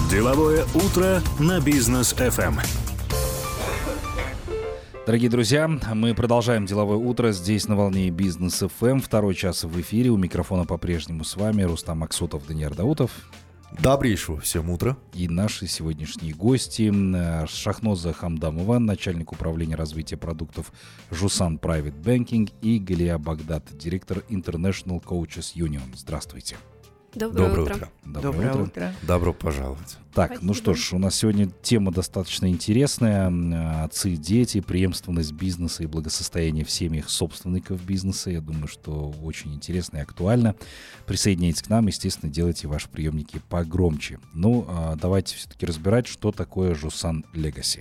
Деловое утро на Бизнес ФМ. Дорогие друзья, мы продолжаем деловое утро здесь на волне Бизнес ФМ. Второй час в эфире. У микрофона по-прежнему с вами Рустам Максутов, Даниил Даутов. Добрейшего всем утра. И наши сегодняшние гости Шахноза Хамдамова, начальник управления развития продуктов Жусан Private Banking, и Галия Багдад, директор International Coaches Union. Здравствуйте. Доброе утро. Доброе утро. Добро пожаловать. Так, Спасибо. ну что ж, у нас сегодня тема достаточно интересная. Отцы и дети, преемственность бизнеса и благосостояние в семьях собственников бизнеса. Я думаю, что очень интересно и актуально. Присоединяйтесь к нам, естественно, делайте ваши приемники погромче. Ну, давайте все-таки разбирать, что такое Жусан Legacy.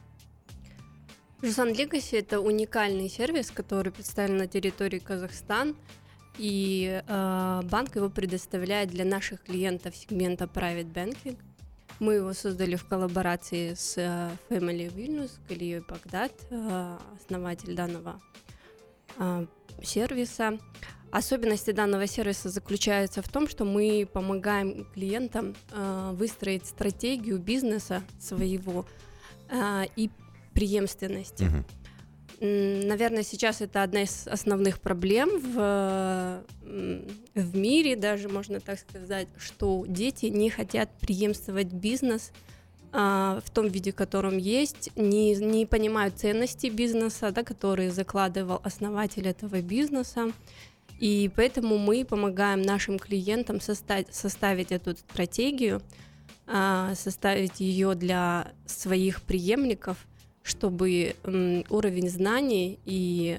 Жусан Legacy — это уникальный сервис, который представлен на территории Казахстана. И банк его предоставляет для наших клиентов сегмента Private Banking. Мы его создали в коллаборации с Family Vilnius, Галией Багдад, основатель данного сервиса. Особенности данного сервиса заключаются в том, что мы помогаем клиентам выстроить стратегию бизнеса своего и преемственности. Наверное, сейчас это одна из основных проблем в мире, даже можно так сказать, что дети не хотят преемствовать бизнес в том виде, в котором есть, не понимают ценности бизнеса, да, которые закладывал основатель этого бизнеса. И поэтому мы помогаем нашим клиентам составить эту стратегию, составить ее для своих преемников, чтобы уровень знаний и,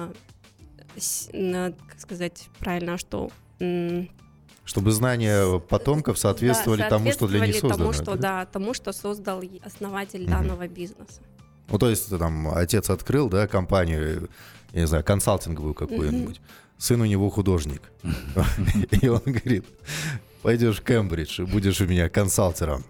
как сказать правильно, что... Чтобы знания потомков соответствовали тому, что для них создано. Тому, что создал основатель данного бизнеса. Ну, то есть, там, отец открыл, да, компанию, я не знаю, консалтинговую какую-нибудь. Сын у него художник. И он говорит: пойдешь в Кембридж и будешь у меня консалтером.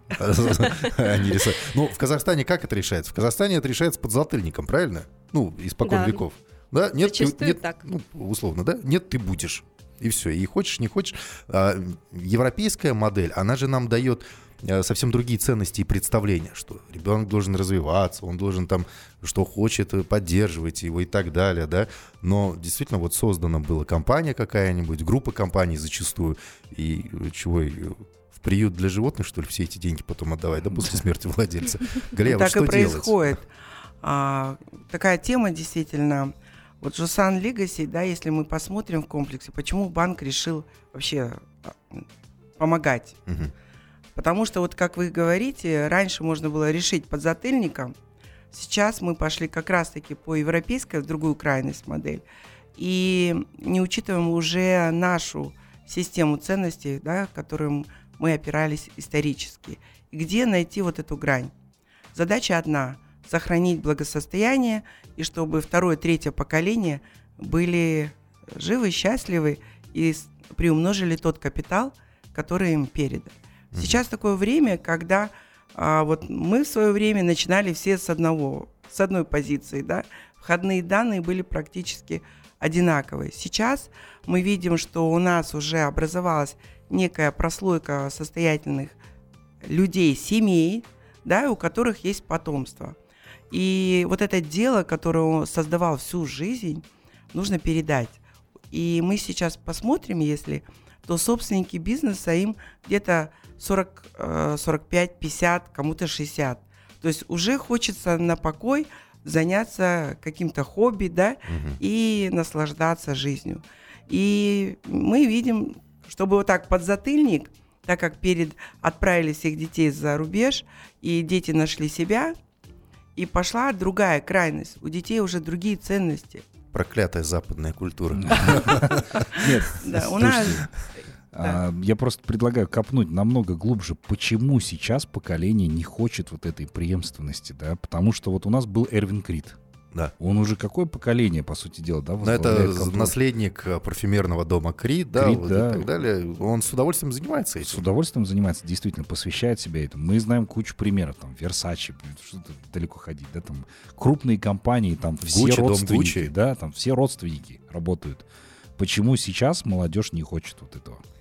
Ну, в Казахстане как это решается? В Казахстане это решается подзатыльником, правильно? Ну, испокон веков. Да? Нет, так. Ну, условно, да? Нет, ты будешь. И все. И хочешь, не хочешь. Европейская модель, она же нам дает совсем другие ценности и представления, что ребенок должен развиваться, он должен там, что хочет, поддерживать его и так далее, да. Но действительно вот создана была компания какая-нибудь, группа компаний зачастую, и чего, в приют для животных, что ли, все эти деньги потом отдавать, да, после смерти владельца? Галия, вот что делать? Так и происходит. Такая тема действительно. Вот Жусан Legacy, да, если мы посмотрим в комплексе, почему банк решил вообще помогать? Потому что, вот как вы говорите, раньше можно было решить подзатыльником, сейчас мы пошли как раз-таки по европейской, в другую крайность модель, и не учитываем уже нашу систему ценностей, да, к которым мы опирались исторически. И где найти вот эту грань? Задача одна – сохранить благосостояние, и чтобы второе, третье поколение были живы, счастливы и приумножили тот капитал, который им передан. Сейчас такое время, когда вот мы в свое время начинали все с одной позиции, да, входные данные были практически одинаковые. Сейчас мы видим, что у нас уже образовалась некая прослойка состоятельных людей, семей, да, у которых есть потомство. И вот это дело, которое он создавал всю жизнь, нужно передать. И мы сейчас посмотрим, если, то собственники бизнеса, им где-то 40, 45, 50, кому-то 60. То есть уже хочется на покой заняться каким-то хобби, да, и наслаждаться жизнью. И мы видим, чтобы вот так подзатыльник, так как отправили всех детей за рубеж, и дети нашли себя, и пошла другая крайность. У детей уже другие ценности. Проклятая западная культура. Нет, у нас... Я просто предлагаю копнуть намного глубже, почему сейчас поколение не хочет вот этой преемственности, да, потому что вот у нас был Эрвин Крид. Да. Он уже какое поколение, по сути дела, да? Это наследник парфюмерного дома Крид, да, вот да, и так далее. Он с удовольствием занимается этим. С удовольствием занимается, действительно, посвящает себя этому. Мы знаем кучу примеров, там, Versace, что-то далеко ходить, да, там, крупные компании, там, все Gucci, родственники, да, там, все родственники работают. Почему сейчас молодежь не хочет вот этого?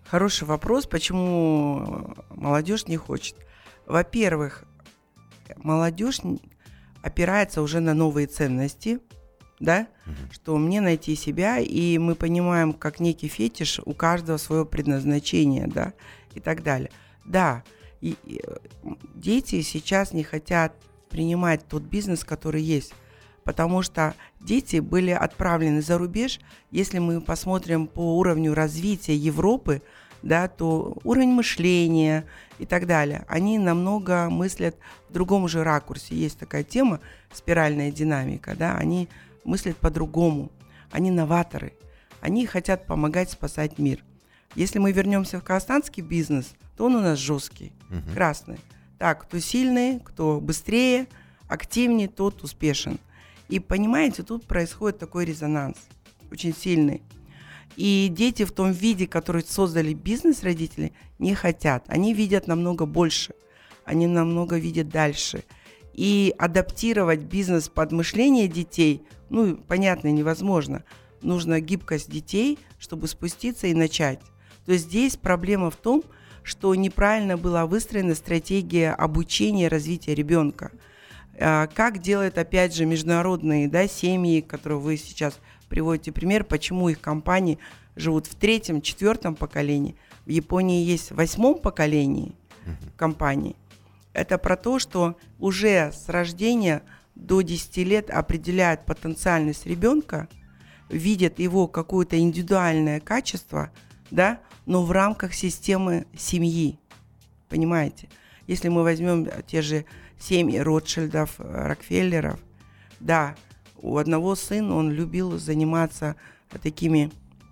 Хороший вопрос, почему молодежь не хочет. Во-первых, молодежь опирается уже на новые ценности, да, что мне найти себя, и мы понимаем, как некий фетиш, у каждого свое предназначение, да, и так далее. Да, и дети сейчас не хотят принимать тот бизнес, который есть, потому что дети были отправлены за рубеж. Если мы посмотрим по уровню развития Европы, да, то уровень мышления и так далее, они намного мыслят в другом же ракурсе. Есть такая тема, спиральная динамика, да, они мыслят по-другому, они новаторы, они хотят помогать спасать мир. Если мы вернемся в казахстанский бизнес, то он у нас жесткий, красный. Так, кто сильный, кто быстрее, активнее, тот успешен. И понимаете, тут происходит такой резонанс, очень сильный. И дети в том виде, который создали бизнес родители, не хотят. Они видят намного больше, они намного видят дальше. И адаптировать бизнес под мышление детей, ну, понятно, невозможно. Нужна гибкость детей, чтобы спуститься и начать. То есть здесь проблема в том, что неправильно была выстроена стратегия обучения и развития ребенка. Как делают, опять же, международные, да, семьи, которые вы сейчас приводите пример, почему их компании живут в 3-м, 4-м поколении. В Японии есть в 8-м поколении компании. Это про то, что уже с рождения до 10 лет определяют потенциальность ребенка, видят его какое-то индивидуальное качество, да, но в рамках системы семьи. Понимаете? Если мы возьмем те же семьи Ротшильдов, Рокфеллеров, да, у одного сына он любил заниматься такими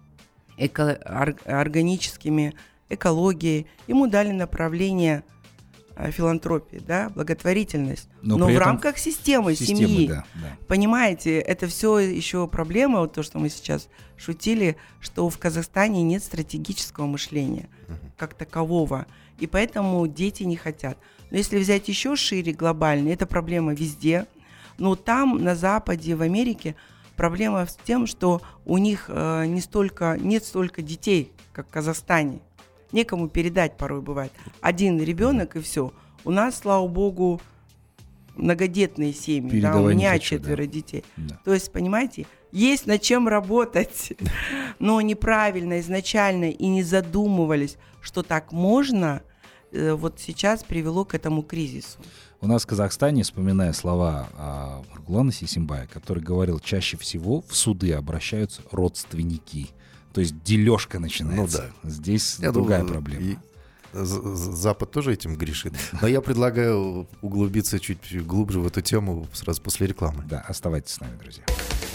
органическими экологией. Ему дали направление филантропии, да, благотворительность, но в рамках системы семьи. Да. Понимаете, это все еще проблема, вот то, что мы сейчас шутили, что в Казахстане нет стратегического мышления как такового, и поэтому дети не хотят. Но если взять еще шире, глобально, это проблема везде. Но там, на Западе, в Америке, проблема с тем, что у них нет столько детей, как в Казахстане. Некому передать порой бывает. Один ребенок и все. У нас, слава богу, многодетные семьи. Да, у меня 4 детей. Да. То есть, понимаете, есть над чем работать. Но неправильно изначально и не задумывались, что так можно, вот сейчас привело к этому кризису. У нас в Казахстане, вспоминая слова Маргулана Сисимбая, который говорил, чаще всего в суды обращаются родственники. То есть дележка начинается. Ну, да. Здесь другая проблема. Запад тоже этим грешит. Но я предлагаю углубиться чуть глубже в эту тему сразу после рекламы. Да, оставайтесь с нами, друзья.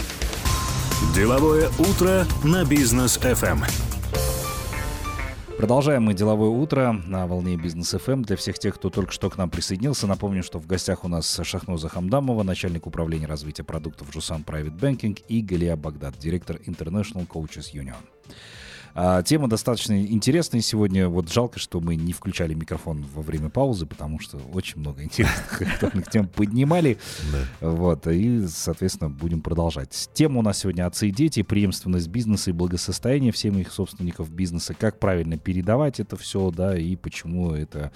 Деловое утро на Бизнес FM. Продолжаем мы деловое утро на волне Бизнес FM. Для всех тех, кто только что к нам присоединился, напомню, что в гостях у нас Шахноза Хамдамова, начальник управления развития продуктов Жусан Private Banking, и Галия Багдад, директор International Coaches Union. Тема достаточно интересная сегодня. Вот жалко, что мы не включали микрофон во время паузы, потому что очень много интересных актуальных тем поднимали. Вот, и, соответственно, будем продолжать. Тема у нас сегодня «Отцы и дети», преемственность бизнеса и благосостояние всех их собственников бизнеса. Как правильно передавать это все, да, и почему это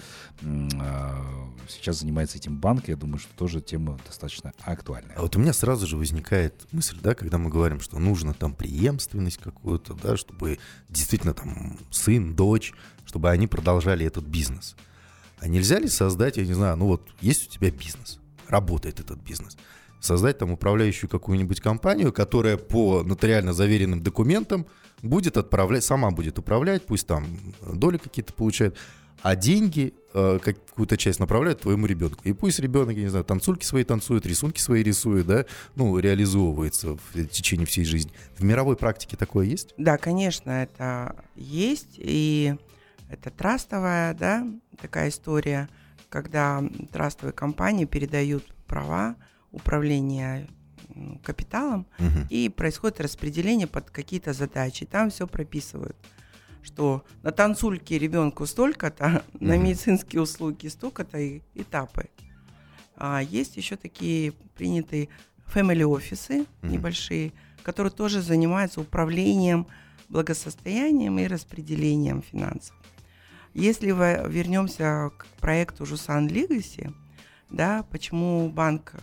сейчас занимается этим банк. Я думаю, что тоже тема достаточно актуальная. А вот у меня сразу же возникает мысль, да, когда мы говорим, что нужно там преемственность какую-то, да, чтобы действительно там сын, дочь, чтобы они продолжали этот бизнес. А нельзя ли создать, я не знаю, ну вот есть у тебя бизнес, работает этот бизнес, создать там управляющую какую-нибудь компанию, которая по нотариально заверенным документам будет отправлять, сама будет управлять, пусть там доли какие-то получает, а деньги какую-то часть направляют твоему ребенку. И пусть ребенок, я не знаю, танцульки свои танцует, рисунки свои рисует, да, ну, реализовывается в течение всей жизни. В мировой практике такое есть? Да, конечно, это есть, и это трастовая, да, такая история, когда трастовые компании передают права управления капиталом, и происходит распределение под какие-то задачи. Там все прописывают, что на танцульке ребенку столько-то, на медицинские услуги столько-то и этапы. А есть еще такие принятые family офисы небольшие, которые тоже занимаются управлением благосостоянием и распределением финансов. Если вернемся к проекту Жусан Legacy, да, почему банк,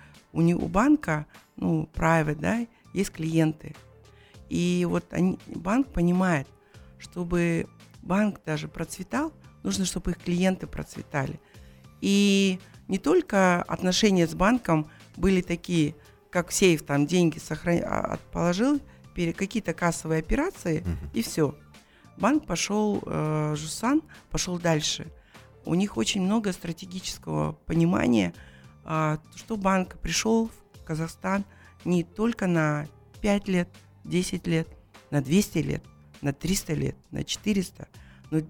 у банка, private, да, есть клиенты. И вот банк понимает, чтобы банк даже процветал, нужно, чтобы их клиенты процветали. И не только отношения с банком были такие, как в сейф, там деньги положил, какие-то кассовые операции, и все. Банк пошел, Жусан пошел дальше. У них очень много стратегического понимания, что банк пришел в Казахстан не только на 5 лет, 10 лет, на 200 лет, на 300 лет, на 400. Но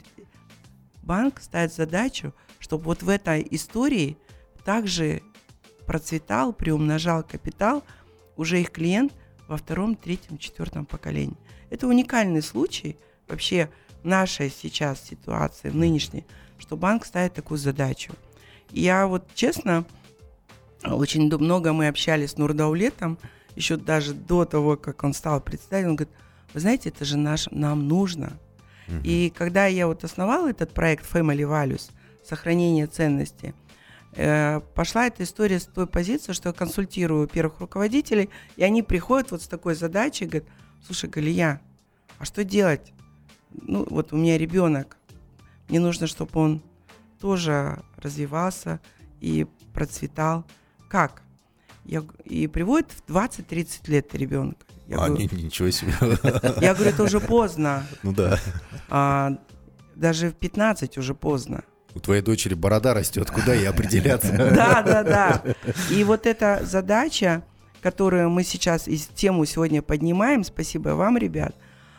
банк ставит задачу, чтобы вот в этой истории также процветал, приумножал капитал уже их клиент во 2-м, 3-м, 4-м поколении. Это уникальный случай вообще в нашей сейчас ситуации, в нынешней, что банк ставит такую задачу. И я вот честно, очень много мы общались с Нурдаулетом, еще даже до того, как он стал председателем, он говорит, вы знаете, это же нам нужно. И когда я вот основала этот проект Family Values, сохранение ценностей, пошла эта история с той позиции, что я консультирую первых руководителей, и они приходят вот с такой задачей, говорят, слушай, Галия, а что делать? Вот у меня ребенок, мне нужно, чтобы он тоже развивался и процветал. Как? И приводит в 20-30 лет ребенка. Ничего себе. Я говорю, это уже поздно. Ну да. Даже в 15 уже поздно. У твоей дочери борода растет, куда ей определяться? Да. И вот эта задача, которую мы сейчас из тему сегодня поднимаем, спасибо вам, ребят,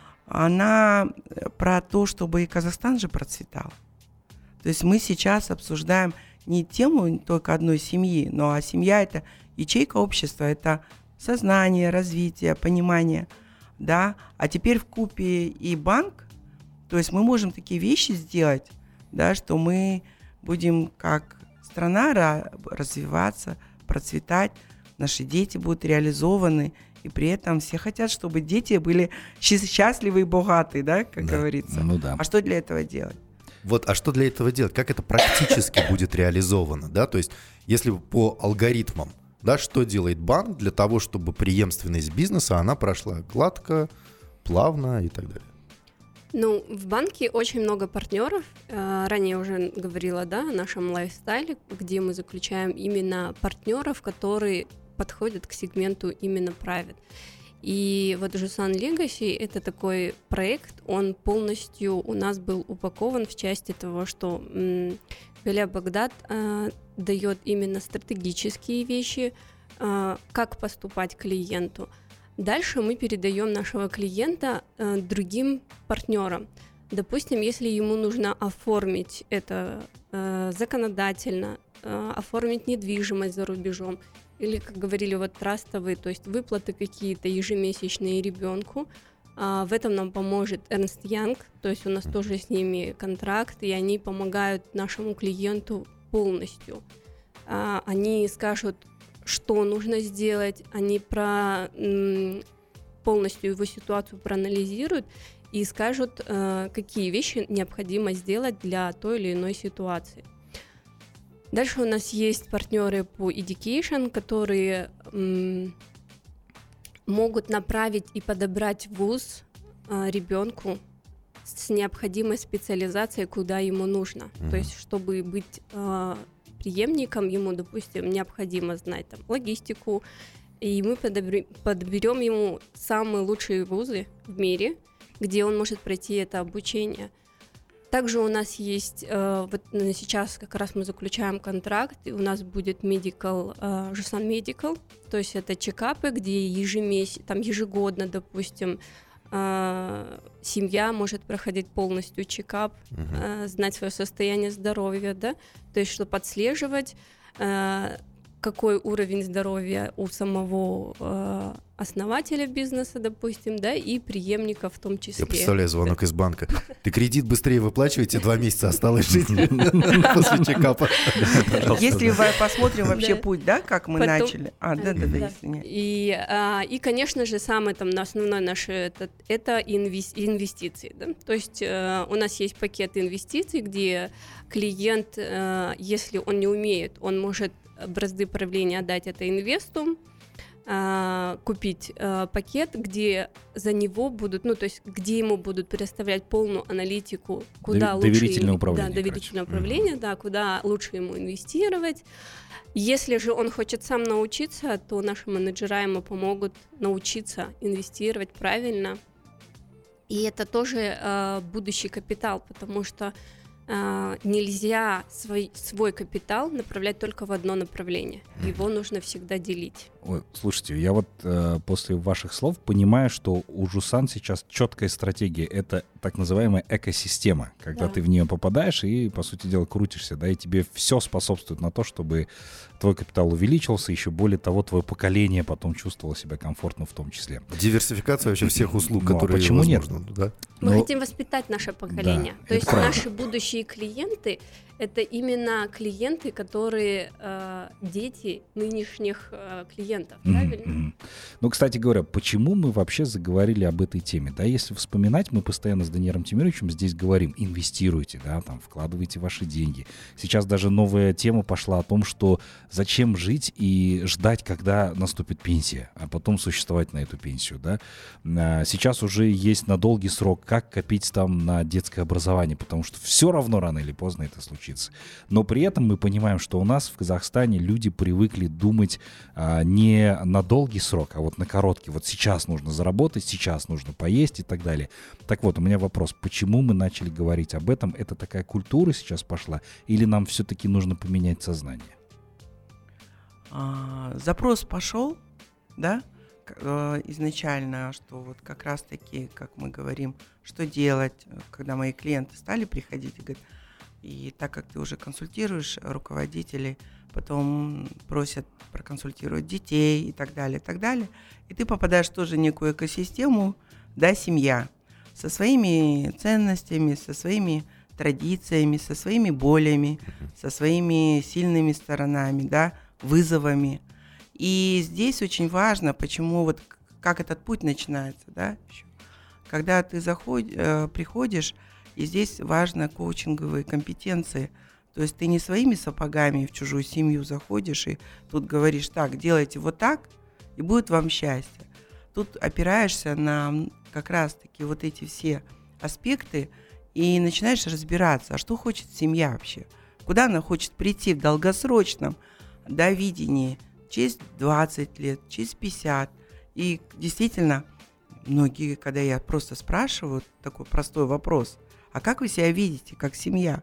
она про то, чтобы и Казахстан же процветал. То есть мы сейчас обсуждаем не тему только одной семьи, но а семья – это ячейка общества, это сознание, развитие, понимание, да. А теперь вкупе и банк, то есть мы можем такие вещи сделать, да, что мы будем как страна развиваться, процветать, наши дети будут реализованы, и при этом все хотят, чтобы дети были счастливы и богаты, да, как говорится. Да. А что для этого делать? А что для этого делать? Как это практически будет реализовано, да? То есть, если по алгоритмам, да, что делает банк для того, чтобы преемственность бизнеса, она прошла гладко, плавно и так далее? В банке очень много партнеров. Ранее уже говорила, да, о нашем лайфстайле, где мы заключаем именно партнеров, которые подходят к сегменту именно private. И вот Жусан Legacy — это такой проект, он полностью у нас был упакован в части того, что Галия Багдад дает именно стратегические вещи, как поступать клиенту. Дальше мы передаем нашего клиента другим партнерам. Допустим, если ему нужно оформить это законодательно, оформить недвижимость за рубежом, или, как говорили, трастовые, то есть выплаты какие-то ежемесячные ребенку. В этом нам поможет Эрнст Янг, то есть у нас тоже с ними контракт, и они помогают нашему клиенту полностью. Они скажут, что нужно сделать, они полностью его ситуацию проанализируют и скажут, какие вещи необходимо сделать для той или иной ситуации. Дальше у нас есть партнеры по education, которые могут направить и подобрать вуз ребенку с необходимой специализацией, куда ему нужно. То есть, чтобы быть преемником, ему, допустим, необходимо знать логистику, и мы подберем ему самые лучшие вузы в мире, где он может пройти это обучение. Также у нас есть, сейчас как раз мы заключаем контракт, и у нас будет Жусан Medical, то есть это чекапы, где ежегодно, допустим, семья может проходить полностью чекап, знать свое состояние здоровья, да, то есть чтобы отслеживать, какой уровень здоровья у самого основателя бизнеса, допустим, да, и преемника в том числе. Я представляю звонок из банка. Ты кредит быстрее выплачиваете, 2 месяца осталось жить после чекапа. Если посмотрим вообще путь, да, как мы начали. И, конечно же, самое там основное наше это инвестиции. Да? То есть у нас есть пакет инвестиций, где клиент, если он не умеет, он может бразды правления отдать это инвесту, купить пакет, где за него будут, то есть где ему будут предоставлять полную аналитику, куда лучше... Доверительное управление. Да, доверительное управление, да, куда лучше ему инвестировать. Если же он хочет сам научиться, то наши менеджера ему помогут научиться инвестировать правильно. И это тоже будущий капитал, потому что нельзя свой капитал направлять только в одно направление. Его нужно всегда делить. Ой, слушайте, я вот после ваших слов понимаю, что у Жусан сейчас четкая стратегия. Это так называемая экосистема, когда ты в нее попадаешь и, по сути дела, крутишься, да, и тебе все способствует на то, чтобы твой капитал увеличился, еще более того, твое поколение потом чувствовало себя комфортно в том числе. Диверсификация вообще всех услуг, которые почему возможно. Нет? Да? Мы хотим воспитать наше поколение. Да, то есть правильно. наши будущие клиенты — это именно клиенты, которые дети нынешних клиентов, правильно? Ну, кстати говоря, почему мы вообще заговорили об этой теме? Да, если вспоминать, мы постоянно с Даниилом Тимировичем здесь говорим: инвестируйте, да, там, вкладывайте ваши деньги. Сейчас даже новая тема пошла о том, что зачем жить и ждать, когда наступит пенсия, а потом существовать на эту пенсию, да. Сейчас уже есть на долгий срок, как копить там на детское образование, потому что все равно рано или поздно это случится. Но при этом мы понимаем, что у нас в Казахстане люди привыкли думать не на долгий срок, а вот на короткий. Вот сейчас нужно заработать, сейчас нужно поесть и так далее. Так вот, у меня вопрос: почему мы начали говорить об этом? Это такая культура сейчас пошла? Или нам все-таки нужно поменять сознание? Запрос пошел, да, изначально, что вот как раз-таки, как мы говорим, что делать, когда мои клиенты стали приходить и говорят, и так как ты уже консультируешь руководителей, потом просят проконсультировать детей и так далее, и ты попадаешь тоже в некую экосистему, да, семья, со своими ценностями, со своими традициями, со своими болями, со своими сильными сторонами, да, вызовами. И здесь очень важно, почему вот как этот путь начинается, да, еще. Когда ты приходишь, и здесь важно коучинговые компетенции. То есть ты не своими сапогами в чужую семью заходишь и тут говоришь: так, делайте вот так, и будет вам счастье. Тут опираешься на как раз-таки вот эти все аспекты и начинаешь разбираться, а что хочет семья вообще, куда она хочет прийти в долгосрочном, да, видении, через 20 лет, через 50. И действительно, многие, когда я просто спрашиваю такой простой вопрос: а как вы себя видите, как семья?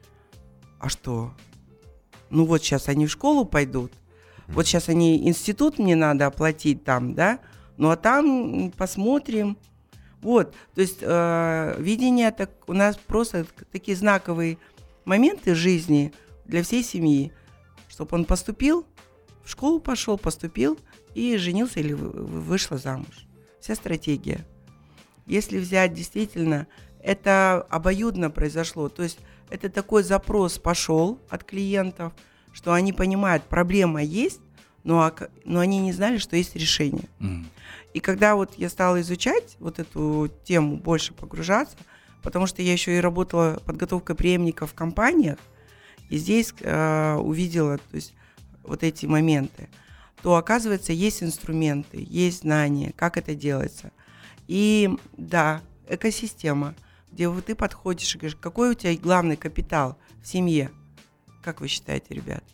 А что? Ну вот сейчас они в школу пойдут, вот сейчас они институт мне надо оплатить там, да, ну а там посмотрим. Вот, то есть видение так, у нас просто такие знаковые моменты жизни для всей семьи, чтобы он поступил, в школу пошел, поступил и женился или вышла замуж. Вся стратегия. Если взять действительно, это обоюдно произошло, то есть это такой запрос пошел от клиентов, что они понимают, проблема есть, но они не знали, что есть решение. И когда вот я стала изучать вот эту тему, больше погружаться, потому что я еще и работала подготовкой преемников в компаниях, и здесь увидела, то есть, вот эти моменты, то, оказывается, есть инструменты, есть знания, как это делается. И да, экосистема, где вот ты подходишь и говоришь: какой у тебя главный капитал в семье? Как вы считаете, ребят?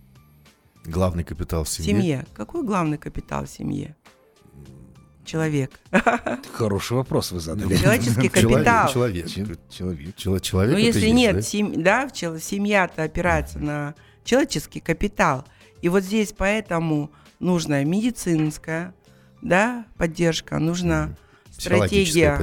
Главный капитал в семье? В семье. Какой главный капитал в семье? Человек. Хороший вопрос вы задали. Человеческий капитал. Человек. Ну, если нет, семья-то опирается на человеческий капитал. И вот здесь поэтому нужна медицинская, да, поддержка, нужна стратегия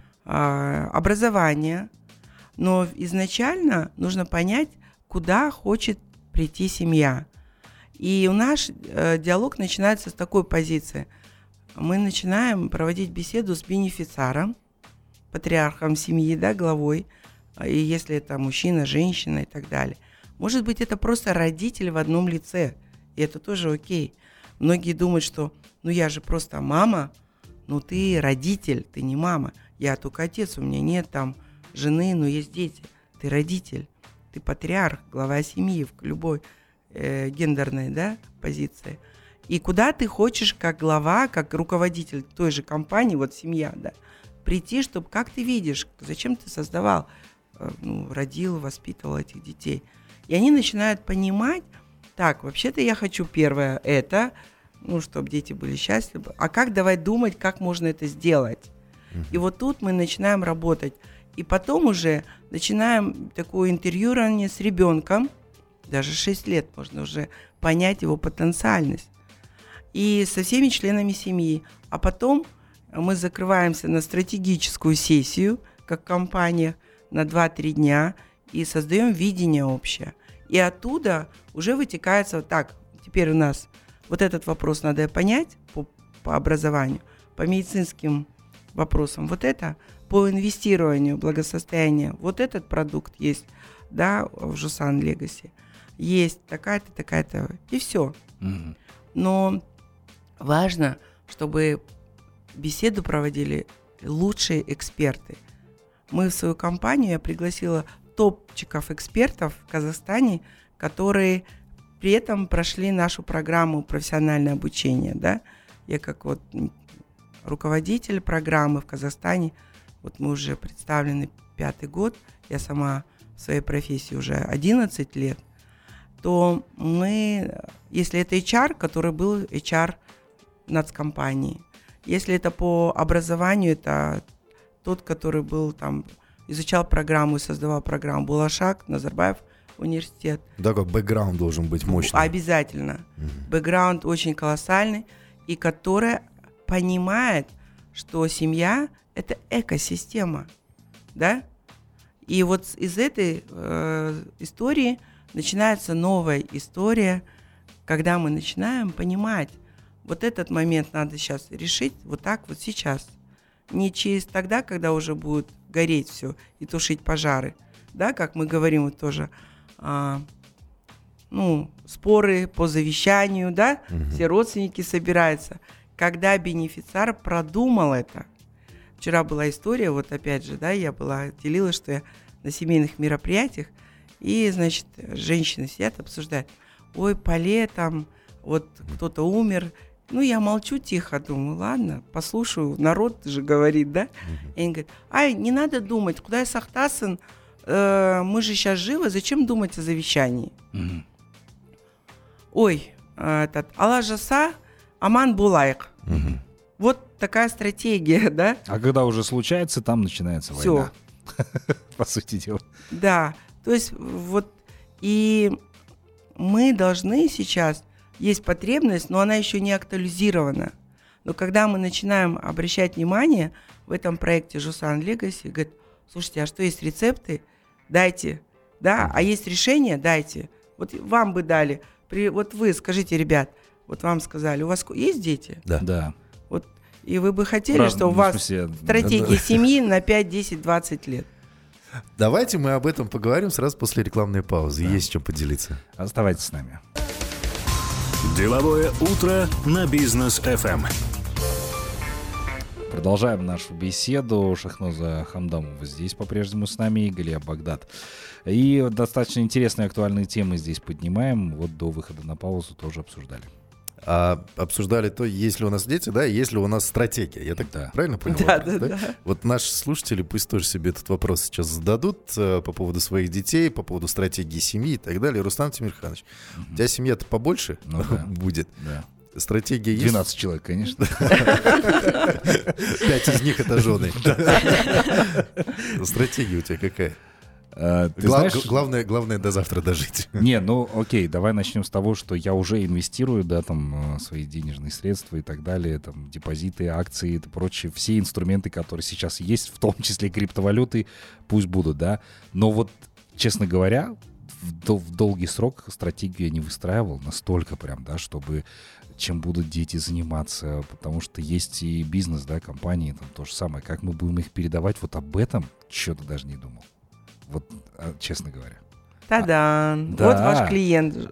образования. Но изначально нужно понять, куда хочет прийти семья. И наш диалог начинается с такой позиции. мы начинаем проводить беседу с бенефициаром, патриархом семьи, да, главой, и если это мужчина, женщина и так далее. Может быть, это просто родитель в одном лице, и это тоже окей. Многие думают, что я же просто мама, ты родитель, ты не мама. Я только отец, у меня нет там жены, но есть дети. Ты родитель, ты патриарх, глава семьи в любой гендерной, да, позиции. И куда ты хочешь как глава, как руководитель той же компании, вот семья, да, прийти, чтобы, как ты видишь, зачем ты создавал, родил, воспитывал этих детей. И они начинают понимать, так, вообще-то я хочу первое это, чтобы дети были счастливы, а как давай думать, как можно это сделать. И вот тут мы начинаем работать. И потом уже начинаем такое интервьюирование с ребенком, даже 6 лет можно уже понять его потенциальность. И со всеми членами семьи. А потом мы закрываемся на стратегическую сессию, как компания, на 2-3 дня, и создаем видение общее. И оттуда уже вытекается так, теперь у нас вот этот вопрос надо понять по образованию, по медицинским вопросам вот это, по инвестированию, благосостоянию, вот этот продукт есть, да, в Жусан Legacy, есть такая-то, такая-то, и все. Mm-hmm. Но важно, чтобы беседу проводили лучшие эксперты. Мы в свою компанию, я пригласила топчиков экспертов в Казахстане, которые при этом прошли нашу программу профессиональное обучение, да. Я как вот руководитель программы в Казахстане, вот мы уже представлены 5-й год, я сама в своей профессии уже 11 лет, то мы, если это HR, который был HR нацкомпании, если это по образованию, это тот, который был там, изучал программу и создавал программу, Булашак, Назарбаев университет. Да, как бэкграунд должен быть мощный. Обязательно. Бэкграунд очень колоссальный, и который понимает, что семья – это экосистема, да? И вот из этой истории начинается новая история, когда мы начинаем понимать, вот этот момент надо сейчас решить вот так вот сейчас. Не через тогда, когда уже будет гореть все и тушить пожары, да, как мы говорим вот тоже, споры по завещанию, да, все родственники собираются. Когда бенефициар продумал это. Вчера была история, вот опять же, да, делилась, что я на семейных мероприятиях, и, значит, женщины сидят, обсуждают, ой, Поле, там, вот кто-то умер. Я молчу тихо, думаю, ладно, послушаю, народ же говорит, да. И они говорят, не надо думать, куда я сахтасын, мы же сейчас живы, зачем думать о завещании? Ой, Алла жаса, аман булайк. Вот такая стратегия, да? А когда уже случается, там начинается война. По сути дела. Да, то есть вот и мы должны сейчас, есть потребность, но она еще не актуализирована. Но когда мы начинаем обращать внимание в этом проекте Жусан Legacy, говорит, слушайте, а что есть рецепты? Дайте, да, а есть решения? Дайте. Вот вам бы дали. Вот вы скажите, ребят, вот вам сказали, у вас есть дети? Да. Вот, и вы бы хотели, чтобы у вас стратегия семьи на 5, 10, 20 лет. Давайте мы об этом поговорим сразу после рекламной паузы. Да. Есть чем поделиться. Оставайтесь с нами. Деловое утро на Бизнес FM. Продолжаем нашу беседу. Шахноза Хамдамова здесь по-прежнему с нами, и Галия Багдад. И достаточно интересные актуальные темы здесь поднимаем. Вот до выхода на паузу тоже обсуждали. Обсуждали то, есть ли у нас дети, да, и есть ли у нас стратегия. Я так правильно понял? Да. Вот наши слушатели пусть тоже себе этот вопрос сейчас зададут по поводу своих детей, по поводу стратегии семьи и так далее. Рустам Тимирханович, у тебя семья-то побольше будет? Да. Стратегия есть? 12 человек, конечно. 5 из них это жены. Стратегия у тебя какая? Главное до завтра дожить. Окей, давай начнем с того, что я уже инвестирую, да, там, свои денежные средства и так далее, там, депозиты, акции и прочее, все инструменты, которые сейчас есть, в том числе криптовалюты, пусть будут, да. Но вот, честно говоря, в долгий срок стратегию я не выстраивал настолько прям, да, чтобы чем будут дети заниматься, потому что есть и бизнес, да, компании, там то же самое. Как мы будем их передавать, вот об этом что-то даже не думал. Вот, честно говоря. Та-дам! Да. Вот ваш клиент.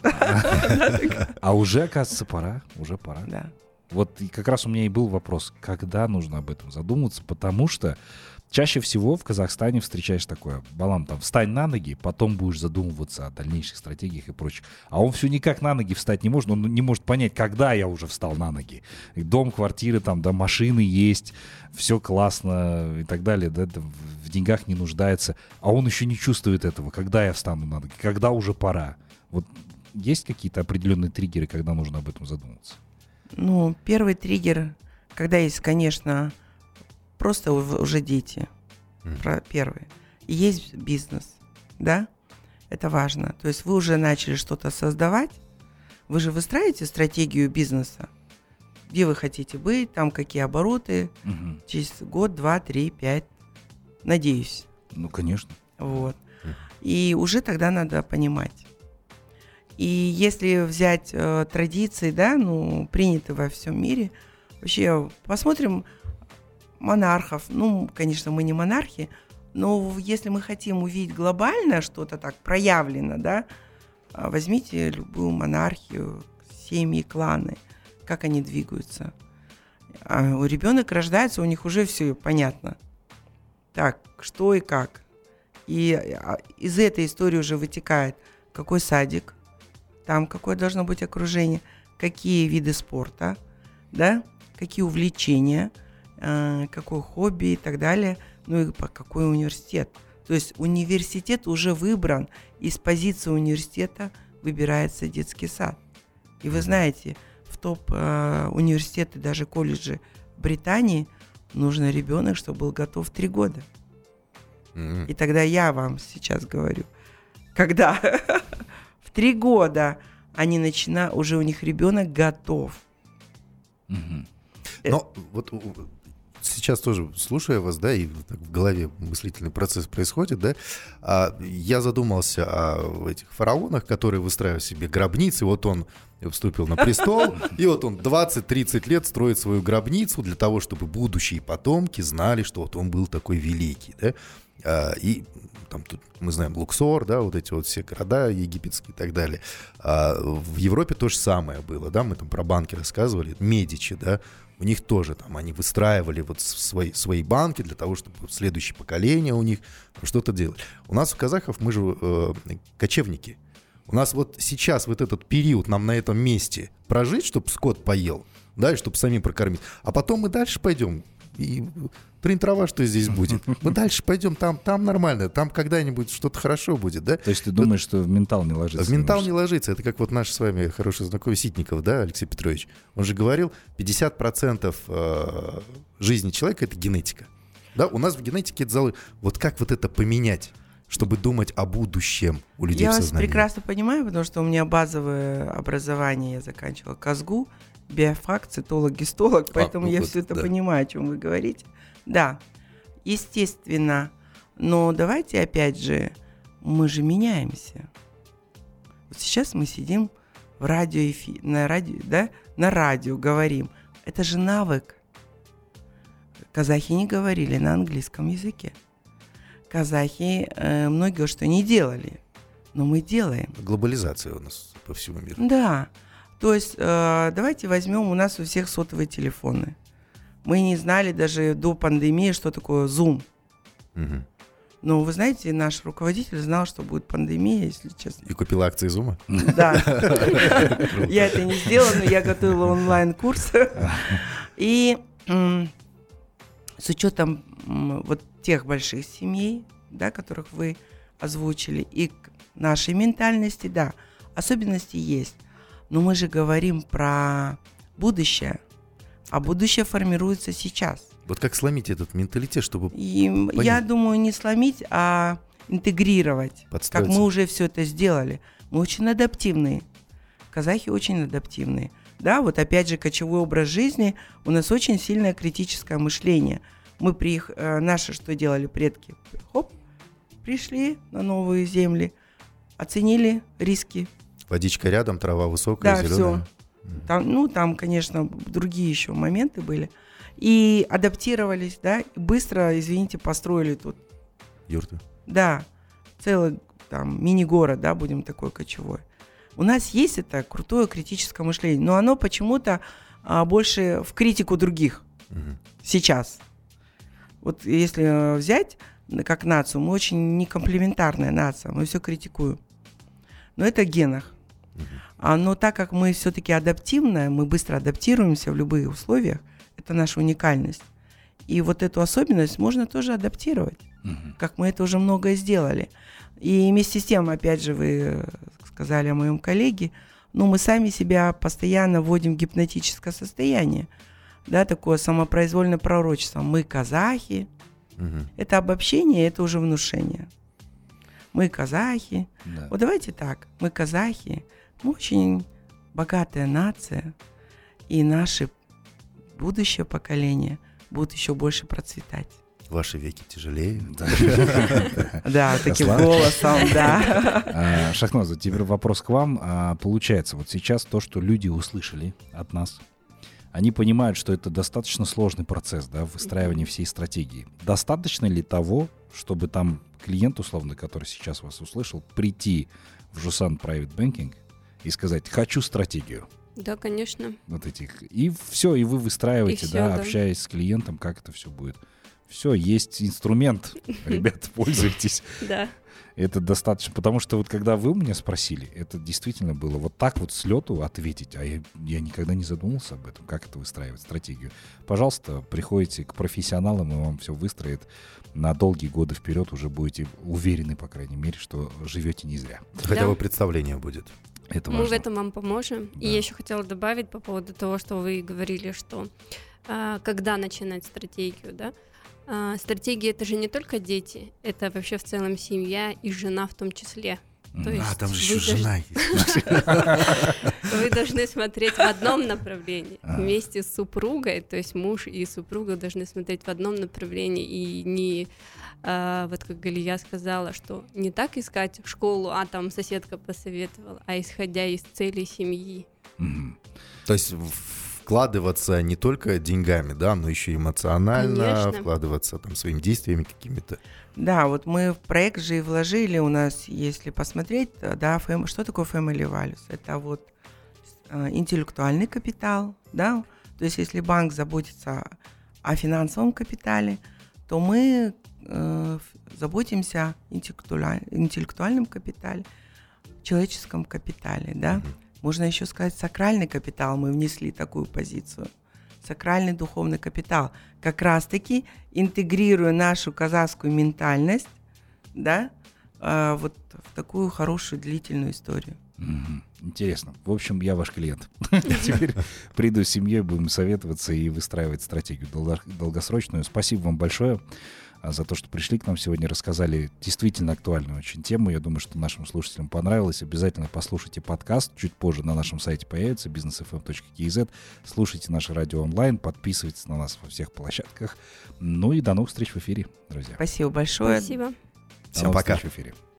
А уже, оказывается, пора. Уже пора. Да. Вот и как раз у меня и был вопрос, когда нужно об этом задуматься, потому что чаще всего в Казахстане встречаешь такое: Балам, там, встань на ноги, потом будешь задумываться о дальнейших стратегиях и прочее. А он все никак на ноги встать не может, он не может понять, когда я уже встал на ноги. И дом, квартиры, там, да, машины есть, все классно и так далее, да, в деньгах не нуждается. А он еще не чувствует этого, когда я встану на ноги, когда уже пора. Вот есть какие-то определенные триггеры, когда нужно об этом задумываться? Ну, первый триггер, когда есть, конечно, просто уже дети, первый. И есть бизнес, да, это важно. То есть вы уже начали что-то создавать, вы же выстраиваете стратегию бизнеса, где вы хотите быть, там какие обороты, через год, 2, 3, 5, надеюсь. Ну, конечно. Вот. И уже тогда надо понимать. И если взять традиции, да, ну, принятые во всем мире, вообще посмотрим монархов. Ну, конечно, мы не монархи, но если мы хотим увидеть глобально что-то так проявлено, да, возьмите любую монархию, семьи, кланы, как они двигаются. Ребенок рождается, у них уже все понятно. Так, что и как. И из этой истории уже вытекает, какой садик, там какое должно быть окружение, какие виды спорта, да, какие увлечения, какое хобби и так далее, ну и какой университет. То есть университет уже выбран, из позиции университета выбирается детский сад. И вы знаете, в топ-университеты, даже колледжи Британии, нужен ребенок, чтобы был готов 3 года. И тогда я вам сейчас говорю, когда в 3 года они начинают, уже у них ребенок готов. Но вот сейчас тоже, слушая вас, да, и так в голове мыслительный процесс происходит, да, я задумался о этих фараонах, которые выстраивают себе гробницы. Вот он вступил на престол, и вот он 20-30 лет строит свою гробницу для того, чтобы будущие потомки знали, что вот он был такой великий, да. И там тут мы знаем Луксор, да, вот эти вот все города египетские и так далее. В Европе то же самое было, да, мы там про банки рассказывали, Медичи, да, у них тоже там они выстраивали вот свои банки для того, чтобы следующее поколение у них что-то делали. У нас у казахов мы же кочевники. У нас вот сейчас вот этот период нам на этом месте прожить, чтобы скот поел, да, и чтобы самим прокормить. А потом мы дальше пойдем. И трава, что здесь будет. Мы дальше пойдем, там нормально, там когда-нибудь что-то хорошо будет, да? То есть ты думаешь, что в ментал не ложится? В ментал не ложится. Это как вот наш с вами хороший знакомый Ситников, да, Алексей Петрович. Он же говорил, 50% жизни человека — это генетика. Да, у нас в генетике это заложено. Вот как вот это поменять, чтобы думать о будущем у людей в сознании? Я вас прекрасно понимаю, потому что у меня базовое образование, я заканчивала КАЗГУ, биофак, цитолог, гистолог, поэтому я все это понимаю, о чем вы говорите. Да, естественно, но давайте опять же, мы же меняемся. Вот сейчас мы сидим в на радио говорим. Это же навык. Казахи не говорили на английском языке. Казахи многие что не делали, но мы делаем. Глобализация у нас по всему миру. Да. То есть давайте возьмем, у нас у всех сотовые телефоны. Мы не знали даже до пандемии, что такое Zoom. Угу. Но вы знаете, наш руководитель знал, что будет пандемия, если честно. И купил акции Zoom? Да. Я это не сделала, но я готовила онлайн-курс. И с учетом вот тех больших семей, да, которых вы озвучили, и нашей ментальности, да, особенности есть. Но мы же говорим про будущее, а будущее формируется сейчас. Вот как сломить этот менталитет, чтобы понять? Я думаю, не сломить, а интегрировать. Как мы уже все это сделали. Мы очень адаптивные. Казахи очень адаптивные. Да, вот опять же, кочевой образ жизни, у нас очень сильное критическое мышление. Мы наши что делали предки? Хоп, пришли на новые земли, оценили риски. Водичка рядом, трава высокая, Да, зеленая. все. Там, конечно, другие еще моменты были. И адаптировались, да, и быстро, извините, построили тут. Юрты. Да, целый там мини-город, да, будем такой кочевой. У нас есть это крутое критическое мышление, но оно почему-то больше в критику других сейчас. Вот если взять как нацию, мы очень некомплементарная нация, мы все критикуем. Но это в генах. Но так как мы все-таки адаптивная, мы быстро адаптируемся в любых условиях, это наша уникальность. И вот эту особенность можно тоже адаптировать, как мы это уже многое сделали. И вместе с тем, опять же, вы сказали о моем коллеге, мы сами себя постоянно вводим в гипнотическое состояние, да, такое самопроизвольное пророчество. Мы казахи. Это обобщение, это уже внушение. Мы казахи. Да. Вот давайте так, мы казахи, мы очень богатая нация, и наши будущее поколение будут еще больше процветать. Ваши веки тяжелее. Да, таким голосом, да. Шахноза, теперь вопрос к вам. Получается, вот сейчас то, что люди услышали от нас, они понимают, что это достаточно сложный процесс, да, выстраивания всей стратегии. Достаточно ли того, чтобы там клиент, условно, который сейчас вас услышал, прийти в Жусан Private Banking и сказать: хочу стратегию? Да, конечно. Вот этих. И все, и вы выстраиваете, И всё, да. общаясь с клиентом, как это все будет. Все, есть инструмент, ребята, пользуйтесь. Да. Это достаточно, потому что вот когда вы у меня спросили, это действительно было вот так вот с лету ответить, а я никогда не задумывался об этом, как это выстраивать стратегию. Пожалуйста, приходите к профессионалам, и вам все выстроит на долгие годы вперед, уже будете уверены, по крайней мере, что живете не зря. Хотя Да. бы представление будет. Это Мы важно. в этом вам поможем. Да. И я еще хотела добавить по поводу того, что вы говорили, что когда начинать стратегию, да? Стратегия — это же не только дети, это вообще в целом семья и жена в том числе. То есть там же вы еще жена есть. Вы должны смотреть в одном направлении Ага. вместе с супругой, то есть муж и супруга должны смотреть в одном направлении и не, вот как Галия сказала, что не так искать школу, там соседка посоветовала, а исходя из целей семьи. Мгм. То есть вкладываться не только деньгами, да, но еще эмоционально, Конечно. вкладываться там своими действиями какими-то. Да, вот мы в проект же и вложили, у нас, если посмотреть, да, что такое Family Values? Это вот интеллектуальный капитал, да, то есть если банк заботится о финансовом капитале, то мы заботимся о интеллектуальном капитале, человеческом капитале, да. Можно еще сказать сакральный капитал, мы внесли такую позицию. Сакральный духовный капитал, как раз-таки интегрируя нашу казахскую ментальность, да, вот в такую хорошую длительную историю. Мгм. Интересно. В общем, я ваш клиент. Теперь приду с семьей, будем советоваться и выстраивать стратегию долгосрочную. Спасибо вам большое за то, что пришли к нам сегодня, рассказали действительно актуальную очень тему. Я думаю, что нашим слушателям понравилось. Обязательно послушайте подкаст. Чуть позже на нашем сайте появится businessfm.kz. Слушайте наше радио онлайн, подписывайтесь на нас во всех площадках. Ну и до новых встреч в эфире, друзья. Спасибо большое. Спасибо. До Всем новых пока. встреч в эфире.